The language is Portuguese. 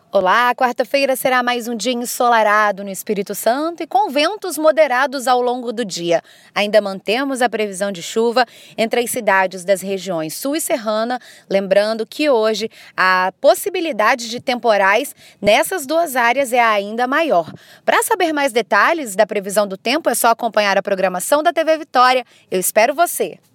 Olá, quarta-feira será mais um dia ensolarado no Espírito Santo e com ventos moderados ao longo do dia. Ainda mantemos a previsão de chuva entre as cidades das regiões sul e serrana, lembrando que hoje a possibilidade de temporais nessas duas áreas é ainda maior. Para saber mais detalhes da previsão do tempo é só acompanhar a programação da TV Vitória. Eu espero você!